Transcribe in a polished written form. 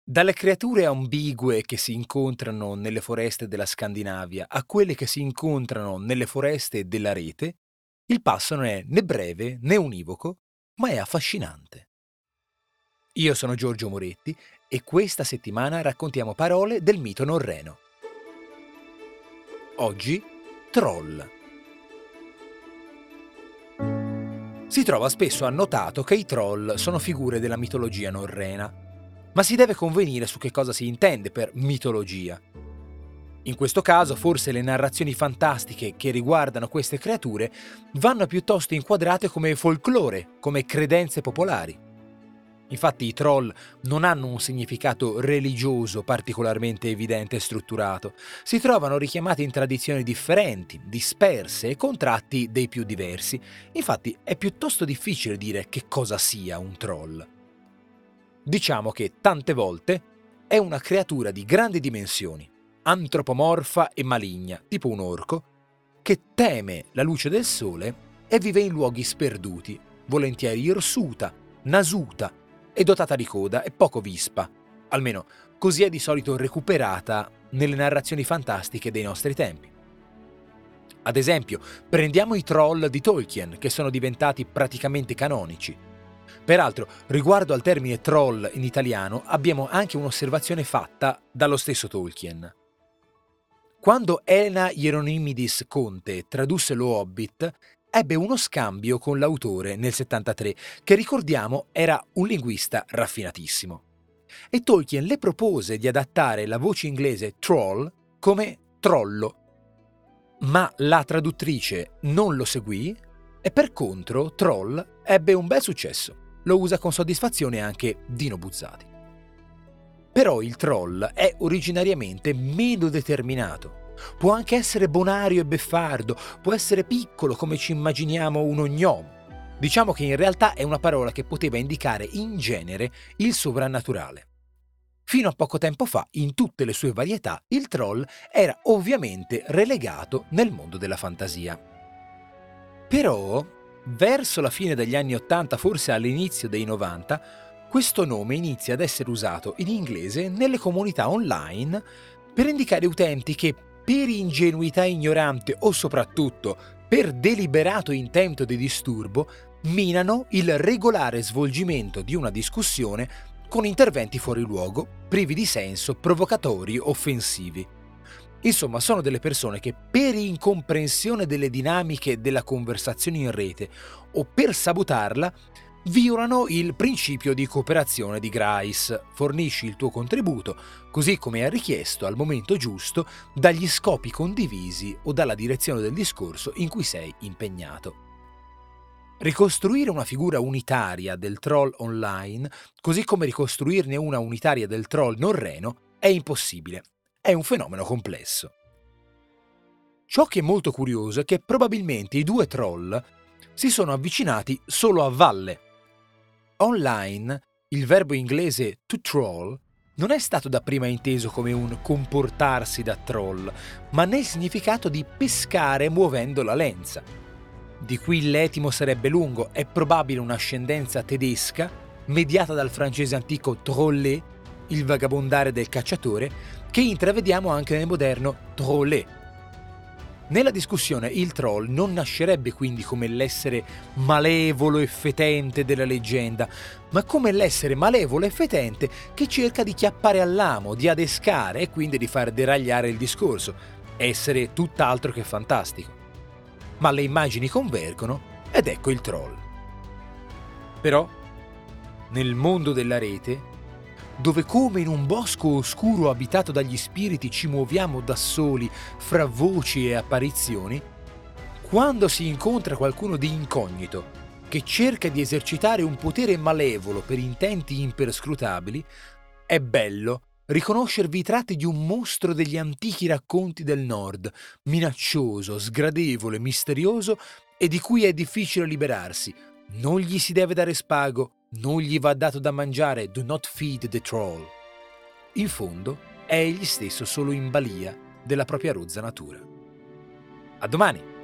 Dalle creature ambigue che si incontrano nelle foreste della Scandinavia a quelle che si incontrano nelle foreste della Rete, il passo non è né breve né univoco, ma è affascinante. Io sono Giorgio Moretti e questa settimana raccontiamo parole del mito norreno. Oggi, troll. Si trova spesso annotato che i troll sono figure della mitologia norrena, ma si deve convenire su che cosa si intende per mitologia. In questo caso, forse le narrazioni fantastiche che riguardano queste creature vanno piuttosto inquadrate come folklore, come credenze popolari. Infatti i troll non hanno un significato religioso particolarmente evidente e strutturato, si trovano richiamati in tradizioni differenti, disperse e con tratti dei più diversi. Infatti è piuttosto difficile dire che cosa sia un troll. Diciamo che tante volte è una creatura di grandi dimensioni, antropomorfa e maligna, tipo un orco, che teme la luce del sole e vive in luoghi sperduti, volentieri irsuta, nasuta e dotata di coda e poco vispa. Almeno così è di solito recuperata nelle narrazioni fantastiche dei nostri tempi. Ad esempio, prendiamo i troll di Tolkien, che sono diventati praticamente canonici. Peraltro, riguardo al termine troll in italiano, abbiamo anche un'osservazione fatta dallo stesso Tolkien. Quando Elena Hieronymides Conte tradusse Lo Hobbit, ebbe uno scambio con l'autore nel 73, che ricordiamo era un linguista raffinatissimo. E Tolkien le propose di adattare la voce inglese troll come trollo. Ma la traduttrice non lo seguì e per contro troll ebbe un bel successo. Lo usa con soddisfazione anche Dino Buzzati. Però il troll è originariamente meno determinato. Può anche essere bonario e beffardo, può essere piccolo come ci immaginiamo un ognomo. Diciamo che in realtà è una parola che poteva indicare in genere il sovrannaturale. Fino a poco tempo fa, in tutte le sue varietà, il troll era ovviamente relegato nel mondo della fantasia. Però, verso la fine degli anni '80, forse all'inizio dei '90, questo nome inizia ad essere usato in inglese nelle comunità online per indicare utenti che, per ingenuità ignorante o soprattutto per deliberato intento di disturbo, minano il regolare svolgimento di una discussione con interventi fuori luogo, privi di senso, provocatori, offensivi. Insomma, sono delle persone che per incomprensione delle dinamiche della conversazione in rete o per sabotarla violano il principio di cooperazione di Grice. Fornisci il tuo contributo, così come è richiesto al momento giusto, dagli scopi condivisi o dalla direzione del discorso in cui sei impegnato. Ricostruire una figura unitaria del troll online, così come ricostruirne una unitaria del troll norreno, è impossibile. È un fenomeno complesso. Ciò che è molto curioso è che probabilmente i due troll si sono avvicinati solo a valle. Online, il verbo inglese to troll non è stato dapprima inteso come un comportarsi da troll, ma nel significato di pescare muovendo la lenza. Di qui l'etimo sarebbe lungo, è probabile un'ascendenza tedesca, mediata dal francese antico troller, il vagabondare del cacciatore, che intravediamo anche nel moderno troller. Nella discussione il troll non nascerebbe quindi come l'essere malevolo e fetente della leggenda, ma come l'essere malevolo e fetente che cerca di chiappare all'amo, di adescare e quindi di far deragliare il discorso, essere tutt'altro che fantastico. Ma le immagini convergono ed ecco il troll. Però, nel mondo della rete, dove come in un bosco oscuro abitato dagli spiriti ci muoviamo da soli fra voci e apparizioni, quando si incontra qualcuno di incognito che cerca di esercitare un potere malevolo per intenti imperscrutabili, è bello riconoscervi i tratti di un mostro degli antichi racconti del Nord, minaccioso, sgradevole, misterioso e di cui è difficile liberarsi. Non gli si deve dare spago, non gli va dato da mangiare, do not feed the troll. In fondo è egli stesso solo in balia della propria rozza natura. A domani!